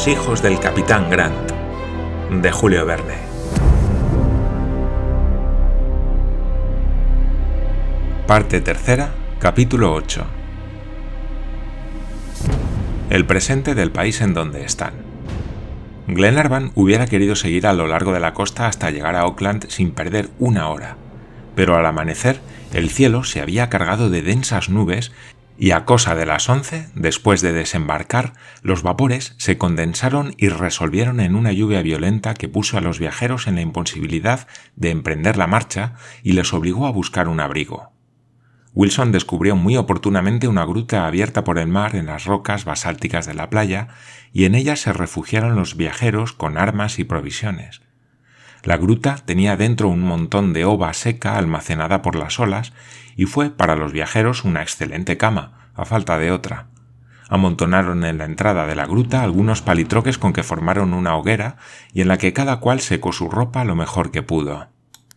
Los hijos del Capitán Grant, de Julio Verne. Parte tercera, capítulo 8. El presente del país en donde están. Glenarvan hubiera querido seguir a lo largo de la costa hasta llegar a Auckland sin perder una hora, pero al amanecer el cielo se había cargado de densas nubes y a cosa de las 11, después de desembarcar, los vapores se condensaron y resolvieron en una lluvia violenta que puso a los viajeros en la imposibilidad de emprender la marcha y les obligó a buscar un abrigo. Wilson descubrió muy oportunamente una gruta abierta por el mar en las rocas basálticas de la playa y en ella se refugiaron los viajeros con armas y provisiones. La gruta tenía dentro un montón de ova seca almacenada por las olas y fue para los viajeros una excelente cama, a falta de otra. Amontonaron en la entrada de la gruta algunos palitroques con que formaron una hoguera y en la que cada cual secó su ropa lo mejor que pudo.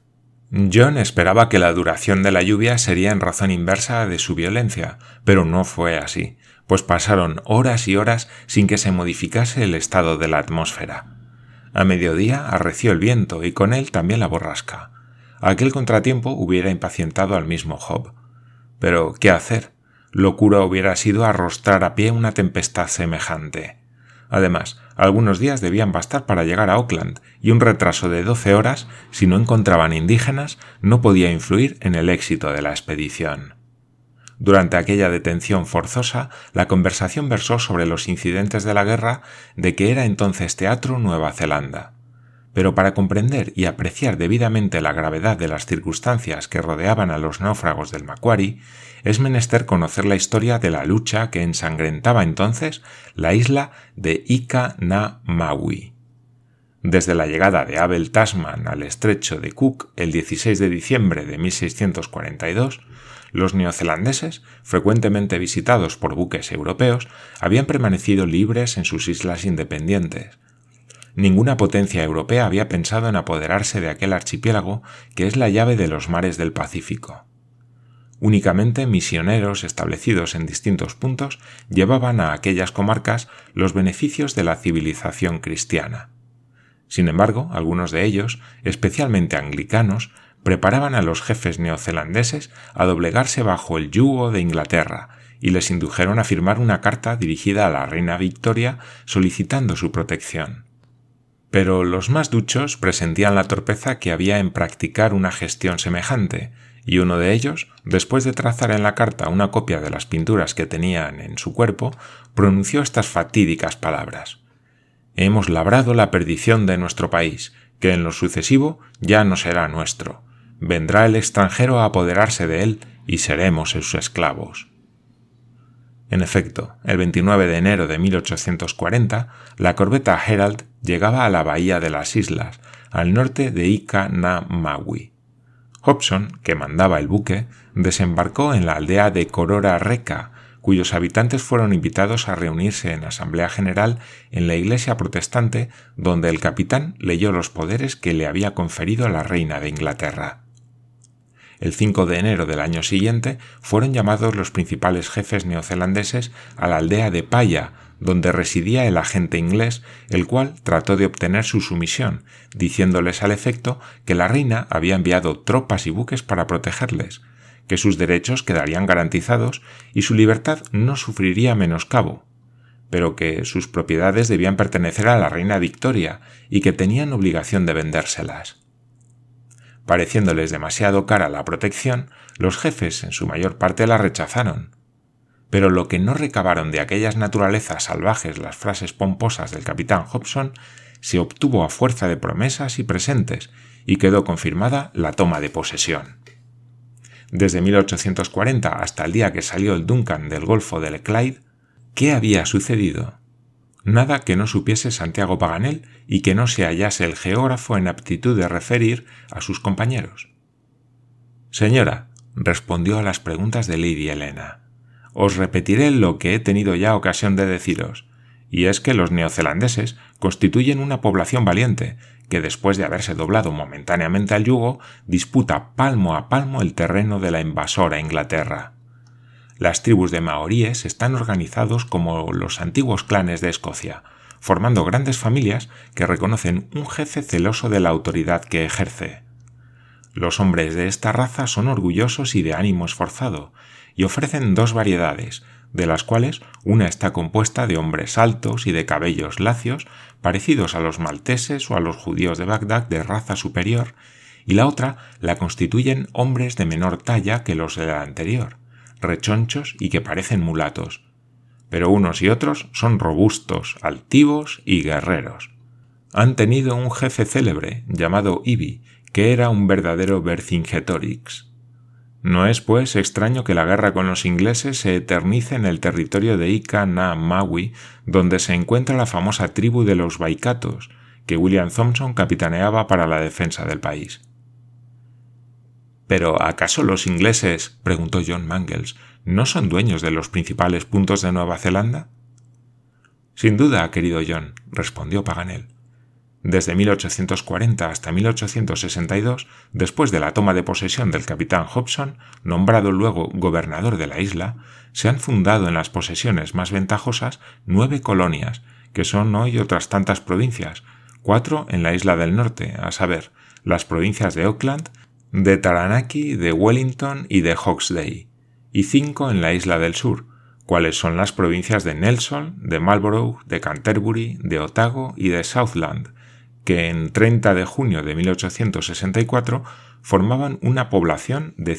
John esperaba que la duración de la lluvia sería en razón inversa de su violencia, pero no fue así, pues pasaron horas y horas sin que se modificase el estado de la atmósfera. A mediodía arreció el viento y con él también la borrasca. Aquel contratiempo hubiera impacientado al mismo Job. Pero, ¿qué hacer? Locura hubiera sido arrostrar a pie una tempestad semejante. Además, algunos días debían bastar para llegar a Auckland, y un retraso de 12 horas, si no encontraban indígenas, no podía influir en el éxito de la expedición. Durante aquella detención forzosa, la conversación versó sobre los incidentes de la guerra de que era entonces teatro Nueva Zelanda. Pero para comprender y apreciar debidamente la gravedad de las circunstancias que rodeaban a los náufragos del Macquarie, es menester conocer la historia de la lucha que ensangrentaba entonces la isla de Ika na Maui. Desde la llegada de Abel Tasman al estrecho de Cook el 16 de diciembre de 1642, los neozelandeses, frecuentemente visitados por buques europeos, habían permanecido libres en sus islas independientes. Ninguna potencia europea había pensado en apoderarse de aquel archipiélago que es la llave de los mares del Pacífico. Únicamente misioneros establecidos en distintos puntos llevaban a aquellas comarcas los beneficios de la civilización cristiana. Sin embargo, algunos de ellos, especialmente anglicanos, preparaban a los jefes neozelandeses a doblegarse bajo el yugo de Inglaterra y les indujeron a firmar una carta dirigida a la reina Victoria solicitando su protección. Pero los más duchos presentían la torpeza que había en practicar una gestión semejante, y uno de ellos, después de trazar en la carta una copia de las pinturas que tenían en su cuerpo, pronunció estas fatídicas palabras: «Hemos labrado la perdición de nuestro país, que en lo sucesivo ya no será nuestro. Vendrá el extranjero a apoderarse de él y seremos sus esclavos». En efecto, el 29 de enero de 1840, la corbeta Herald llegaba a la bahía de las islas, al norte de Ika na Maui. Hobson, que mandaba el buque, desembarcó en la aldea de Korora Reka, cuyos habitantes fueron invitados a reunirse en asamblea general en la iglesia protestante, donde el capitán leyó los poderes que le había conferido la reina de Inglaterra. El 5 de enero del año siguiente fueron llamados los principales jefes neozelandeses a la aldea de Paya, donde residía el agente inglés, el cual trató de obtener su sumisión, diciéndoles al efecto que la reina había enviado tropas y buques para protegerles, que sus derechos quedarían garantizados y su libertad no sufriría menoscabo, pero que sus propiedades debían pertenecer a la reina Victoria y que tenían obligación de vendérselas. Pareciéndoles demasiado cara la protección, los jefes en su mayor parte la rechazaron. Pero lo que no recabaron de aquellas naturalezas salvajes las frases pomposas del capitán Hobson se obtuvo a fuerza de promesas y presentes y quedó confirmada la toma de posesión. Desde 1840 hasta el día que salió el Duncan del Golfo del Clyde, ¿qué había sucedido? Nada que no supiese Santiago Paganel y que no se hallase el geógrafo en aptitud de referir a sus compañeros. «Señora», respondió a las preguntas de Lady Helena, «os repetiré lo que he tenido ya ocasión de deciros, y es que los neozelandeses constituyen una población valiente, que después de haberse doblado momentáneamente al yugo, disputa palmo a palmo el terreno de la invasora Inglaterra. Las tribus de maoríes están organizados como los antiguos clanes de Escocia, formando grandes familias que reconocen un jefe celoso de la autoridad que ejerce. Los hombres de esta raza son orgullosos y de ánimo esforzado, y ofrecen dos variedades, de las cuales una está compuesta de hombres altos y de cabellos lacios, parecidos a los malteses o a los judíos de Bagdad de raza superior, y la otra la constituyen hombres de menor talla que los de la anterior, rechonchos y que parecen mulatos. Pero unos y otros son robustos, altivos y guerreros. Han tenido un jefe célebre, llamado Ibi, que era un verdadero Vercingetorix. No es, pues, extraño que la guerra con los ingleses se eternice en el territorio de Ika-na-Mawi, donde se encuentra la famosa tribu de los Waikatos, que William Thompson capitaneaba para la defensa del país. ¿Pero acaso los ingleses, preguntó John Mangles, no son dueños de los principales puntos de Nueva Zelanda? Sin duda, querido John, respondió Paganel. Desde 1840 hasta 1862, después de la toma de posesión del capitán Hobson, nombrado luego gobernador de la isla, se han fundado en las posesiones más ventajosas 9 colonias, que son hoy otras tantas provincias, 4 en la isla del norte, a saber, las provincias de Auckland, de Taranaki, de Wellington y de Hawke's Bay, y 5 en la isla del sur, cuales son las provincias de Nelson, de Marlborough, de Canterbury, de Otago y de Southland, que en 30 de junio de 1864 formaban una población de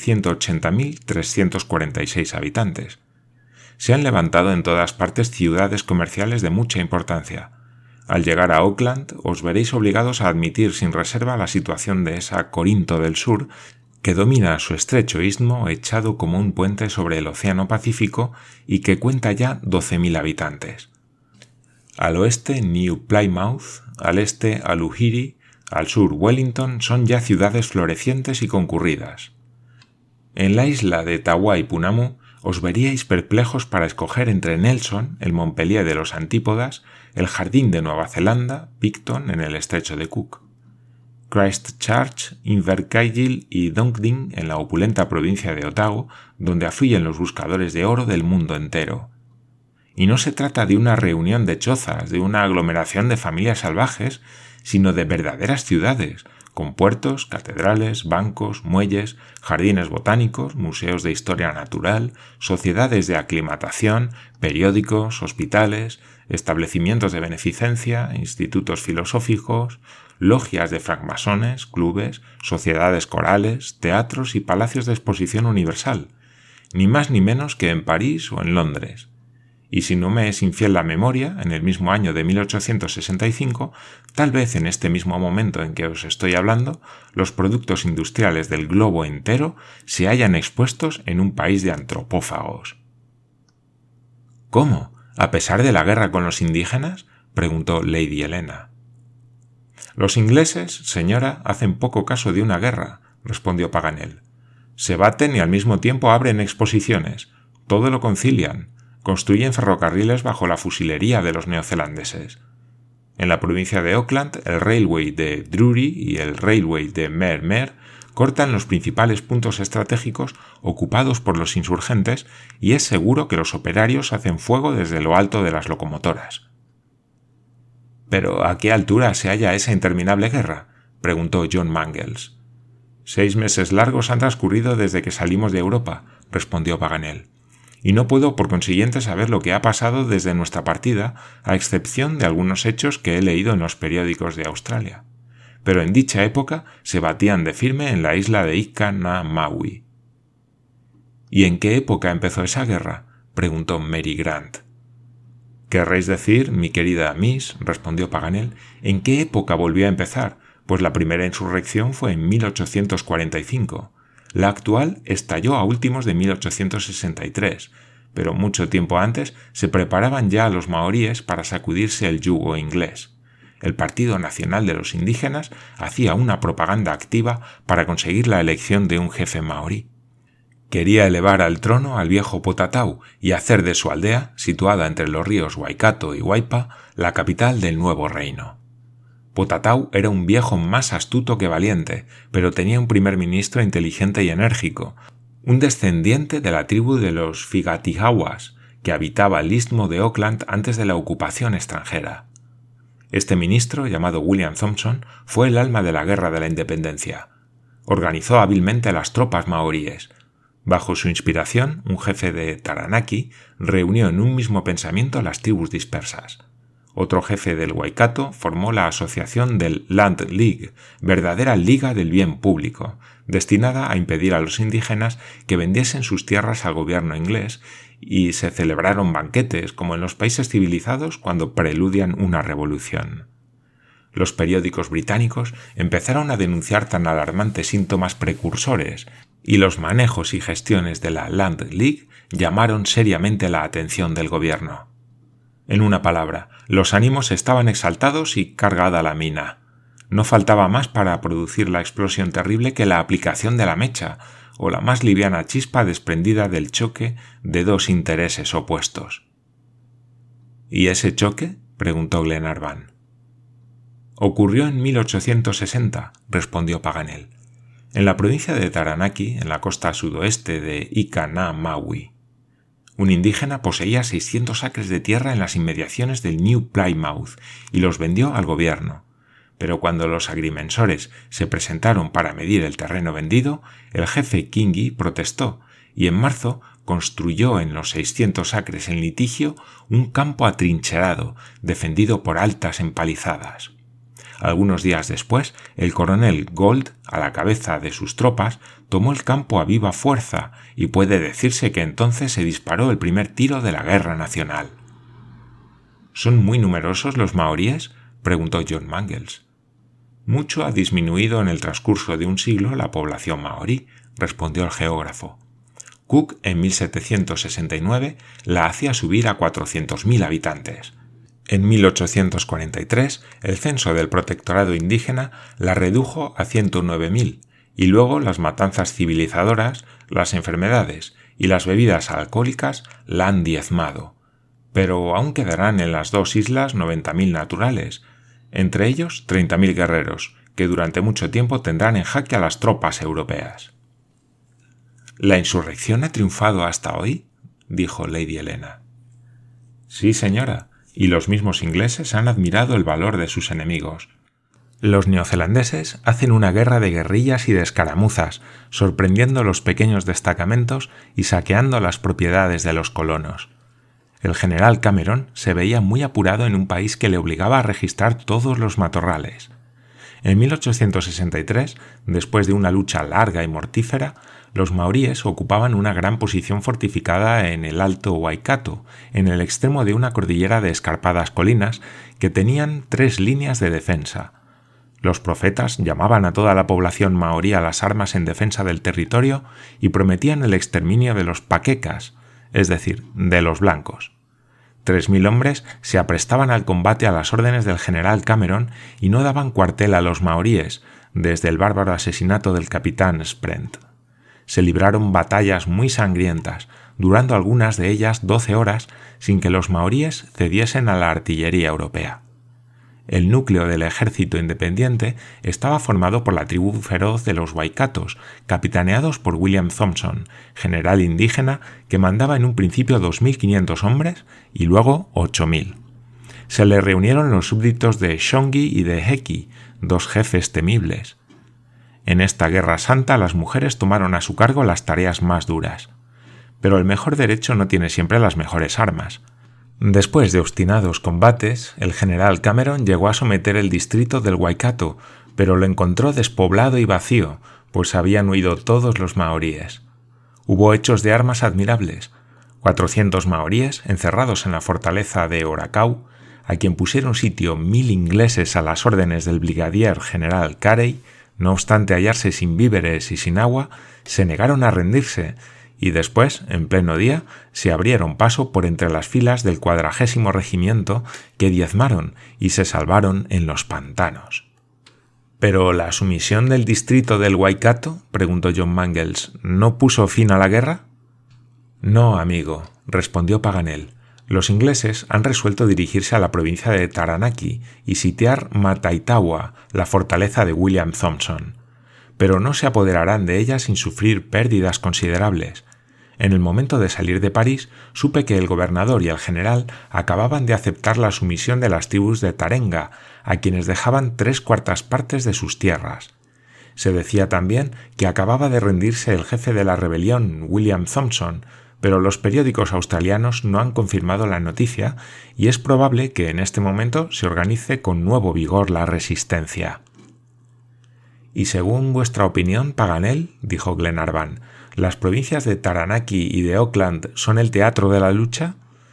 180.346 habitantes. Se han levantado en todas partes ciudades comerciales de mucha importancia. Al llegar a Auckland os veréis obligados a admitir sin reserva la situación de esa Corinto del Sur que domina su estrecho istmo echado como un puente sobre el Océano Pacífico y que cuenta ya 12.000 habitantes. Al oeste New Plymouth, al este Aluhiri, al sur Wellington son ya ciudades florecientes y concurridas. En la isla de Tawai Punamu os veríais perplejos para escoger entre Nelson, el Montpellier de los Antípodas, el Jardín de Nueva Zelanda, Picton en el estrecho de Cook, Christchurch, Invercargill y Dunedin en la opulenta provincia de Otago, donde afluyen los buscadores de oro del mundo entero. Y no se trata de una reunión de chozas, de una aglomeración de familias salvajes, sino de verdaderas ciudades, con puertos, catedrales, bancos, muelles, jardines botánicos, museos de historia natural, sociedades de aclimatación, periódicos, hospitales, establecimientos de beneficencia, institutos filosóficos, logias de francmasones, clubes, sociedades corales, teatros y palacios de exposición universal, ni más ni menos que en París o en Londres. Y si no me es infiel la memoria, en el mismo año de 1865, tal vez en este mismo momento en que os estoy hablando, los productos industriales del globo entero se hallan expuestos en un país de antropófagos. ¿Cómo? ¿A pesar de la guerra con los indígenas?, preguntó Lady Helena. Los ingleses, señora, hacen poco caso de una guerra, respondió Paganel. Se baten y al mismo tiempo abren exposiciones. Todo lo concilian. Construyen ferrocarriles bajo la fusilería de los neozelandeses. En la provincia de Auckland, el Railway de Drury y el Railway de Mermer cortan los principales puntos estratégicos ocupados por los insurgentes y es seguro que los operarios hacen fuego desde lo alto de las locomotoras. ¿Pero a qué altura se halla esa interminable guerra?, preguntó John Mangles. 6 meses largos han transcurrido desde que salimos de Europa, respondió Paganel. Y no puedo por consiguiente saber lo que ha pasado desde nuestra partida, a excepción de algunos hechos que he leído en los periódicos de Australia. Pero en dicha época se batían de firme en la isla de Ika-na-Mawi. ¿Y en qué época empezó esa guerra?, preguntó Mary Grant. «Querréis decir, mi querida Miss», respondió Paganel, «¿en qué época volvió a empezar? Pues la primera insurrección fue en 1845. La actual estalló a últimos de 1863, pero mucho tiempo antes se preparaban ya los maoríes para sacudirse el yugo inglés. El Partido Nacional de los Indígenas hacía una propaganda activa para conseguir la elección de un jefe maorí. Quería elevar al trono al viejo Potatau y hacer de su aldea, situada entre los ríos Waikato y Waipa, la capital del nuevo reino. Potatau era un viejo más astuto que valiente, pero tenía un primer ministro inteligente y enérgico, un descendiente de la tribu de los Figatihawas, que habitaba el istmo de Auckland antes de la ocupación extranjera. Este ministro, llamado William Thompson, fue el alma de la Guerra de la Independencia. Organizó hábilmente las tropas maoríes. Bajo su inspiración, un jefe de Taranaki reunió en un mismo pensamiento las tribus dispersas. Otro jefe del Waikato formó la asociación del Land League, verdadera liga del bien público, destinada a impedir a los indígenas que vendiesen sus tierras al gobierno inglés, y se celebraron banquetes como en los países civilizados cuando preludian una revolución. Los periódicos británicos empezaron a denunciar tan alarmantes síntomas precursores, y los manejos y gestiones de la Land League llamaron seriamente la atención del gobierno. En una palabra, los ánimos estaban exaltados y cargada la mina. No faltaba más para producir la explosión terrible que la aplicación de la mecha, o la más liviana chispa desprendida del choque de dos intereses opuestos. ¿Y ese choque?, preguntó Glenarvan. Ocurrió en 1860, respondió Paganel, en la provincia de Taranaki, en la costa sudoeste de Ika-na-Maui. Un indígena poseía 600 acres de tierra en las inmediaciones del New Plymouth y los vendió al gobierno. Pero cuando los agrimensores se presentaron para medir el terreno vendido, el jefe Kingi protestó y en marzo construyó en los 600 acres en litigio un campo atrincherado, defendido por altas empalizadas. Algunos días después, el coronel Gold, a la cabeza de sus tropas, tomó el campo a viva fuerza y puede decirse que entonces se disparó el primer tiro de la guerra nacional. ¿Son muy numerosos los maoríes?, preguntó John Mangles. Mucho ha disminuido en el transcurso de un siglo la población maorí, respondió el geógrafo. Cook en 1769 la hacía subir a 400.000 habitantes. En 1843, el censo del protectorado indígena la redujo a 109.000, y luego las matanzas civilizadoras, las enfermedades y las bebidas alcohólicas la han diezmado. Pero aún quedarán en las dos islas 90.000 naturales, entre ellos 30.000 guerreros, que durante mucho tiempo tendrán en jaque a las tropas europeas. ¿La insurrección ha triunfado hasta hoy?, dijo Lady Helena. Sí, señora, y los mismos ingleses han admirado el valor de sus enemigos. Los neozelandeses hacen una guerra de guerrillas y de escaramuzas, sorprendiendo los pequeños destacamentos y saqueando las propiedades de los colonos. El general Cameron se veía muy apurado en un país que le obligaba a registrar todos los matorrales. En 1863, después de una lucha larga y mortífera, los maoríes ocupaban una gran posición fortificada en el Alto Waikato, en el extremo de una cordillera de escarpadas colinas que tenían 3 líneas de defensa. Los profetas llamaban a toda la población maorí a las armas en defensa del territorio y prometían el exterminio de los paquecas, es decir, de los blancos. 3.000 hombres se aprestaban al combate a las órdenes del general Cameron y no daban cuartel a los maoríes desde el bárbaro asesinato del capitán Sprent. Se libraron batallas muy sangrientas, durando algunas de ellas 12 horas sin que los maoríes cediesen a la artillería europea. El núcleo del ejército independiente estaba formado por la tribu feroz de los Waikatos, capitaneados por William Thompson, general indígena que mandaba en un principio 2.500 hombres y luego 8.000. Se le reunieron los súbditos de Shongi y de Heki, 2 jefes temibles. En esta guerra santa las mujeres tomaron a su cargo las tareas más duras. Pero el mejor derecho no tiene siempre las mejores armas. Después de obstinados combates, el general Cameron llegó a someter el distrito del Waikato, pero lo encontró despoblado y vacío, pues habían huido todos los maoríes. Hubo hechos de armas admirables. 400 maoríes, encerrados en la fortaleza de Oracau, a quien pusieron sitio 1.000 ingleses a las órdenes del brigadier general Carey, no obstante hallarse sin víveres y sin agua, se negaron a rendirse, y después, en pleno día, se abrieron paso por entre las filas del 40º regimiento que diezmaron y se salvaron en los pantanos. ¿Pero la sumisión del distrito del Waikato, preguntó John Mangles, no puso fin a la guerra? No, amigo, respondió Paganel. Los ingleses han resuelto dirigirse a la provincia de Taranaki y sitiar Mataitawa, la fortaleza de William Thompson. Pero no se apoderarán de ella sin sufrir pérdidas considerables. En el momento de salir de París, supe que el gobernador y el general acababan de aceptar la sumisión de las tribus de Tarenga, a quienes dejaban 3/4 partes de sus tierras. Se decía también que acababa de rendirse el jefe de la rebelión, William Thompson, pero los periódicos australianos no han confirmado la noticia y es probable que en este momento se organice con nuevo vigor la resistencia. «Y según vuestra opinión, Paganel», dijo Glenarvan, «¿las provincias de Taranaki y de Auckland son el teatro de la lucha?»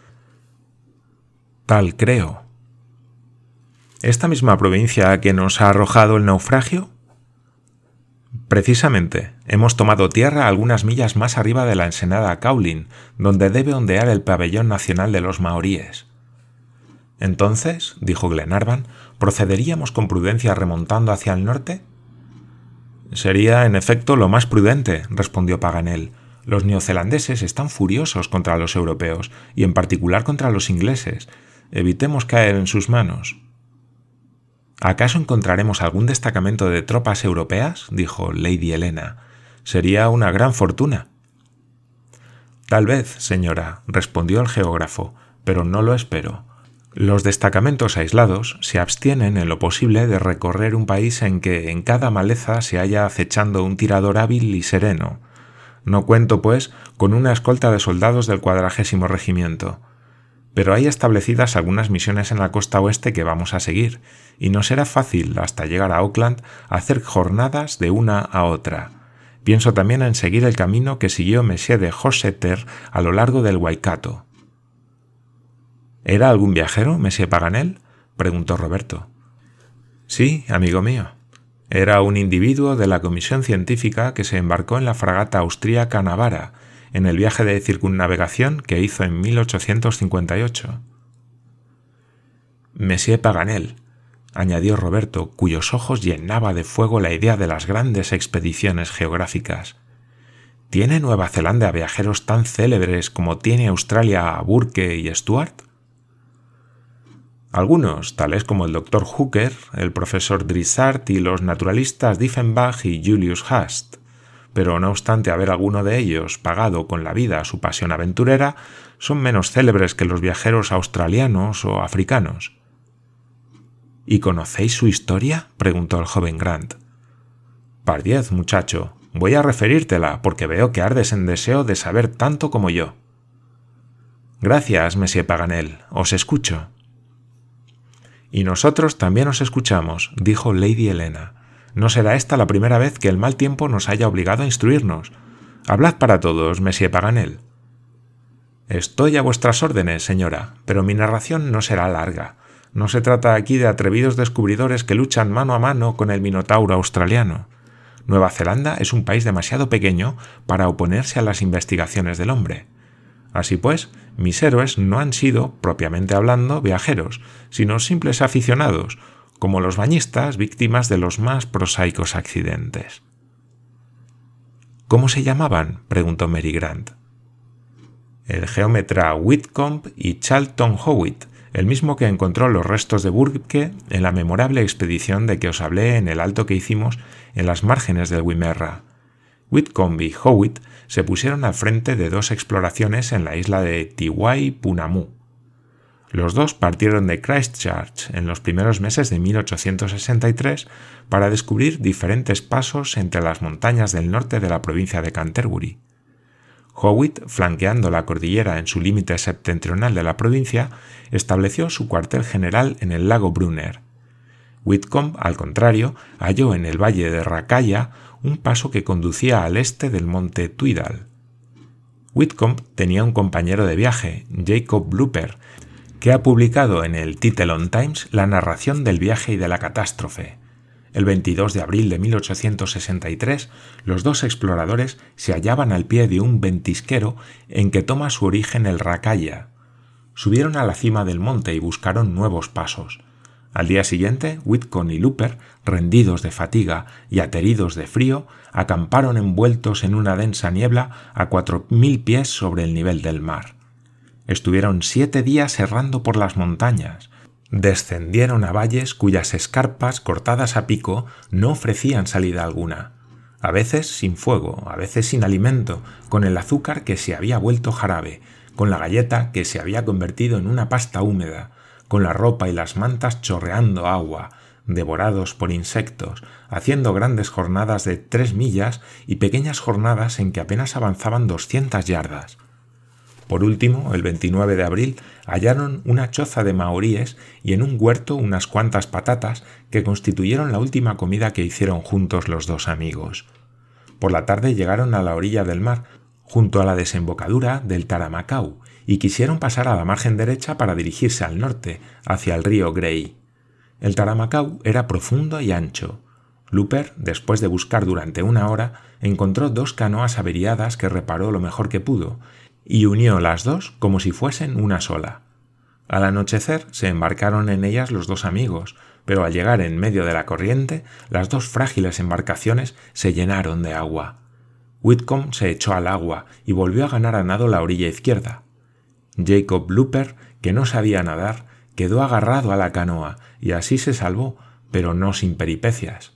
«Tal creo». «¿Esta misma provincia que nos ha arrojado el naufragio?» «Precisamente. Hemos tomado tierra algunas millas más arriba de la ensenada Cowlin, donde debe ondear el pabellón nacional de los maoríes». «Entonces», dijo Glenarvan, «¿procederíamos con prudencia remontando hacia el norte?» «Sería, en efecto, lo más prudente», respondió Paganel. «Los neozelandeses están furiosos contra los europeos, y en particular contra los ingleses. Evitemos caer en sus manos». «¿Acaso encontraremos algún destacamento de tropas europeas?», dijo Lady Helena. «Sería una gran fortuna». «Tal vez, señora», respondió el geógrafo, «pero no lo espero. Los destacamentos aislados se abstienen en lo posible de recorrer un país en que en cada maleza se halla acechando un tirador hábil y sereno. No cuento, pues, con una escolta de soldados del 40º regimiento. Pero hay establecidas algunas misiones en la costa oeste que vamos a seguir, y no será fácil, hasta llegar a Auckland, hacer jornadas de una a otra. Pienso también en seguir el camino que siguió Monsieur de Hossiter a lo largo del Waikato». «¿Era algún viajero, Monsieur Paganel?», preguntó Roberto. «Sí, amigo mío. Era un individuo de la comisión científica que se embarcó en la fragata austríaca Navara, en el viaje de circunnavegación que hizo en 1858. «Monsieur Paganel», añadió Roberto, cuyos ojos llenaba de fuego la idea de las grandes expediciones geográficas. «¿Tiene Nueva Zelanda viajeros tan célebres como tiene Australia a Burke y Stuart?» «Algunos, tales como el Dr. Hooker, el profesor Drissart y los naturalistas Diefenbach y Julius Haast. Pero no obstante haber alguno de ellos pagado con la vida su pasión aventurera, son menos célebres que los viajeros australianos o africanos». «¿Y conocéis su historia?», preguntó el joven Grant. «Pardiez, muchacho, voy a referírtela porque veo que ardes en deseo de saber tanto como yo». «Gracias, Monsieur Paganel, os escucho». «Y nosotros también os escuchamos», dijo Lady Helena. «No será esta la primera vez que el mal tiempo nos haya obligado a instruirnos. Hablad para todos, Monsieur Paganel». «Estoy a vuestras órdenes, señora, pero mi narración no será larga. No se trata aquí de atrevidos descubridores que luchan mano a mano con el minotauro australiano. Nueva Zelanda es un país demasiado pequeño para oponerse a las investigaciones del hombre. Así pues, mis héroes no han sido, propiamente hablando, viajeros, sino simples aficionados, como los bañistas, víctimas de los más prosaicos accidentes». «¿Cómo se llamaban?», preguntó Mary Grant. «El geómetra Whitcomb y Charlton Howitt, el mismo que encontró los restos de Burke en la memorable expedición de que os hablé en el alto que hicimos en las márgenes del Wimerra. Whitcomb y Howitt se pusieron al frente de 2 exploraciones en la isla de Tiwai-Punamu. Los dos partieron de Christchurch en los primeros meses de 1863 para descubrir diferentes pasos entre las montañas del norte de la provincia de Canterbury. Howitt, flanqueando la cordillera en su límite septentrional de la provincia, estableció su cuartel general en el lago Brunner. Whitcomb, al contrario, halló en el valle de Rakaya un paso que conducía al este del monte Twydall. Whitcomb tenía un compañero de viaje, Jacob Blooper, que ha publicado en el Tethelon Times la narración del viaje y de la catástrofe. El 22 de abril de 1863, los 2 exploradores se hallaban al pie de un ventisquero en que toma su origen el Rakaya. Subieron a la cima del monte y buscaron nuevos pasos. Al día siguiente, Whitcomb y Looper, rendidos de fatiga y ateridos de frío, acamparon envueltos en una densa niebla a 4000 pies sobre el nivel del mar. Estuvieron 7 días errando por las montañas. Descendieron a valles cuyas escarpas cortadas a pico no ofrecían salida alguna. a veces sin fuego, a veces sin alimento, con el azúcar que se había vuelto jarabe, con la galleta que se había convertido en una pasta húmeda, con la ropa y las mantas chorreando agua, devorados por insectos, haciendo grandes jornadas de 3 millas y pequeñas jornadas en que apenas avanzaban 200 yardas. Por último, el 29 de abril, hallaron una choza de maoríes y en un huerto unas cuantas patatas que constituyeron la última comida que hicieron juntos los dos amigos. Por la tarde llegaron a la orilla del mar, junto a la desembocadura del Taramacau, y quisieron pasar a la margen derecha para dirigirse al norte, hacia el río Grey. El Taramacau era profundo y ancho. Looper, después de buscar durante 1 hora, encontró 2 canoas averiadas que reparó lo mejor que pudo, y unió las dos como si fuesen una sola. Al anochecer se embarcaron en ellas los 2 amigos, pero al llegar en medio de la corriente, las 2 frágiles embarcaciones se llenaron de agua. Whitcomb se echó al agua y volvió a ganar a nado la orilla izquierda. Jacob Looper, que no sabía nadar, quedó agarrado a la canoa y así se salvó, pero no sin peripecias.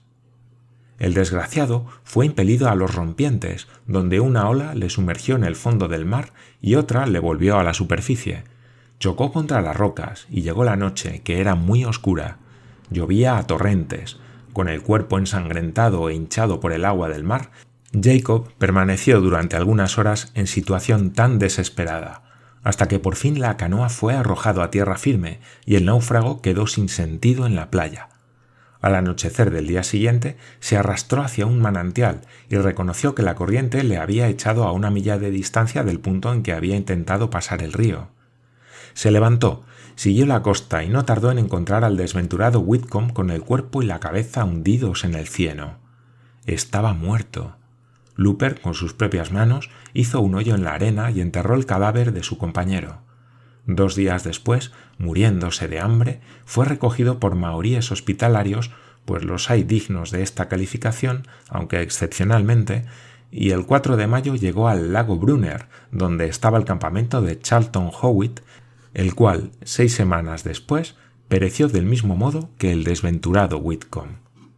El desgraciado fue impelido a los rompientes, donde una ola le sumergió en el fondo del mar y otra le volvió a la superficie. Chocó contra las rocas y llegó la noche, que era muy oscura. Llovía a torrentes. Con el cuerpo ensangrentado e hinchado por el agua del mar, Jacob permaneció durante algunas horas en situación tan desesperada, hasta que por fin la canoa fue arrojado a tierra firme y el náufrago quedó sin sentido en la playa. Al anochecer del día siguiente se arrastró hacia un manantial y reconoció que la corriente le había echado a 1 milla de distancia del punto en que había intentado pasar el río. Se levantó, siguió la costa y no tardó en encontrar al desventurado Whitcomb con el cuerpo y la cabeza hundidos en el cieno. Estaba muerto. Looper, con sus propias manos, hizo un hoyo en la arena y enterró el cadáver de su compañero. 2 días después, muriéndose de hambre, fue recogido por maoríes hospitalarios, pues los hay dignos de esta calificación, aunque excepcionalmente, y el 4 de mayo llegó al lago Brunner, donde estaba el campamento de Charlton Howitt, el cual, 6 semanas después, pereció del mismo modo que el desventurado Whitcomb.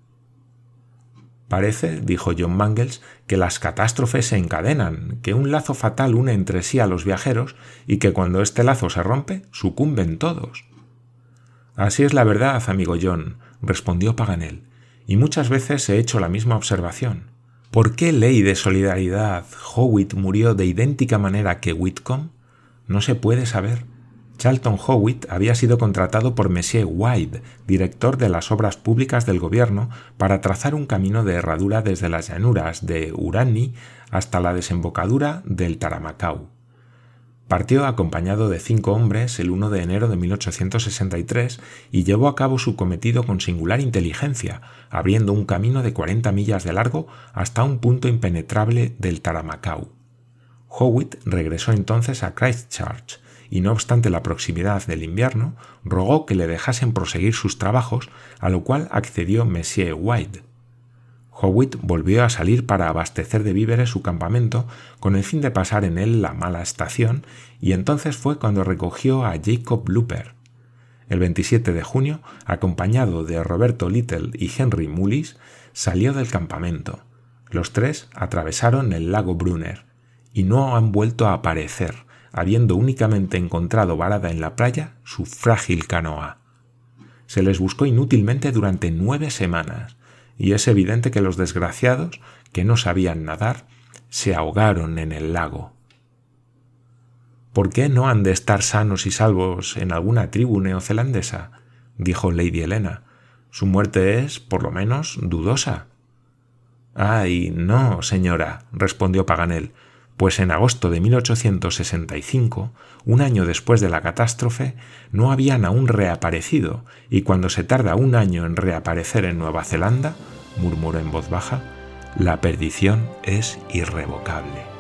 Parece, dijo John Mangles, que las catástrofes se encadenan, que un lazo fatal une entre sí a los viajeros y que cuando este lazo se rompe, sucumben todos. Así es la verdad, amigo John, respondió Paganel, y muchas veces he hecho la misma observación. ¿Por qué ley de solidaridad Howitt murió de idéntica manera que Whitcomb? No se puede saber. Charlton Howitt había sido contratado por Monsieur White, director de las obras públicas del gobierno, para trazar un camino de herradura desde las llanuras de Urani hasta la desembocadura del Taramacau. Partió acompañado de 5 hombres el 1 de enero de 1863 y llevó a cabo su cometido con singular inteligencia, abriendo un camino de 40 millas de largo hasta un punto impenetrable del Taramacau. Howitt regresó entonces a Christchurch, y no obstante la proximidad del invierno, rogó que le dejasen proseguir sus trabajos, a lo cual accedió Monsieur White. Howitt volvió a salir para abastecer de víveres su campamento con el fin de pasar en él la mala estación, y entonces fue cuando recogió a Jacob Looper. El 27 de junio, acompañado de Roberto Little y Henry Mullis, salió del campamento. Los 3 atravesaron el lago Brunner, y no han vuelto a aparecer, habiendo únicamente encontrado varada en la playa su frágil canoa. Se les buscó inútilmente durante 9 semanas, y es evidente que los desgraciados, que no sabían nadar, se ahogaron en el lago. ¿Por qué no han de estar sanos y salvos en alguna tribu neozelandesa?, dijo Lady Helena. Su muerte es, por lo menos, dudosa. «Ay, no, señora», respondió Paganel, pues en agosto de 1865, un año después de la catástrofe, no habían aún reaparecido, y cuando se tarda 1 año en reaparecer en Nueva Zelanda, murmuró en voz baja, la perdición es irrevocable.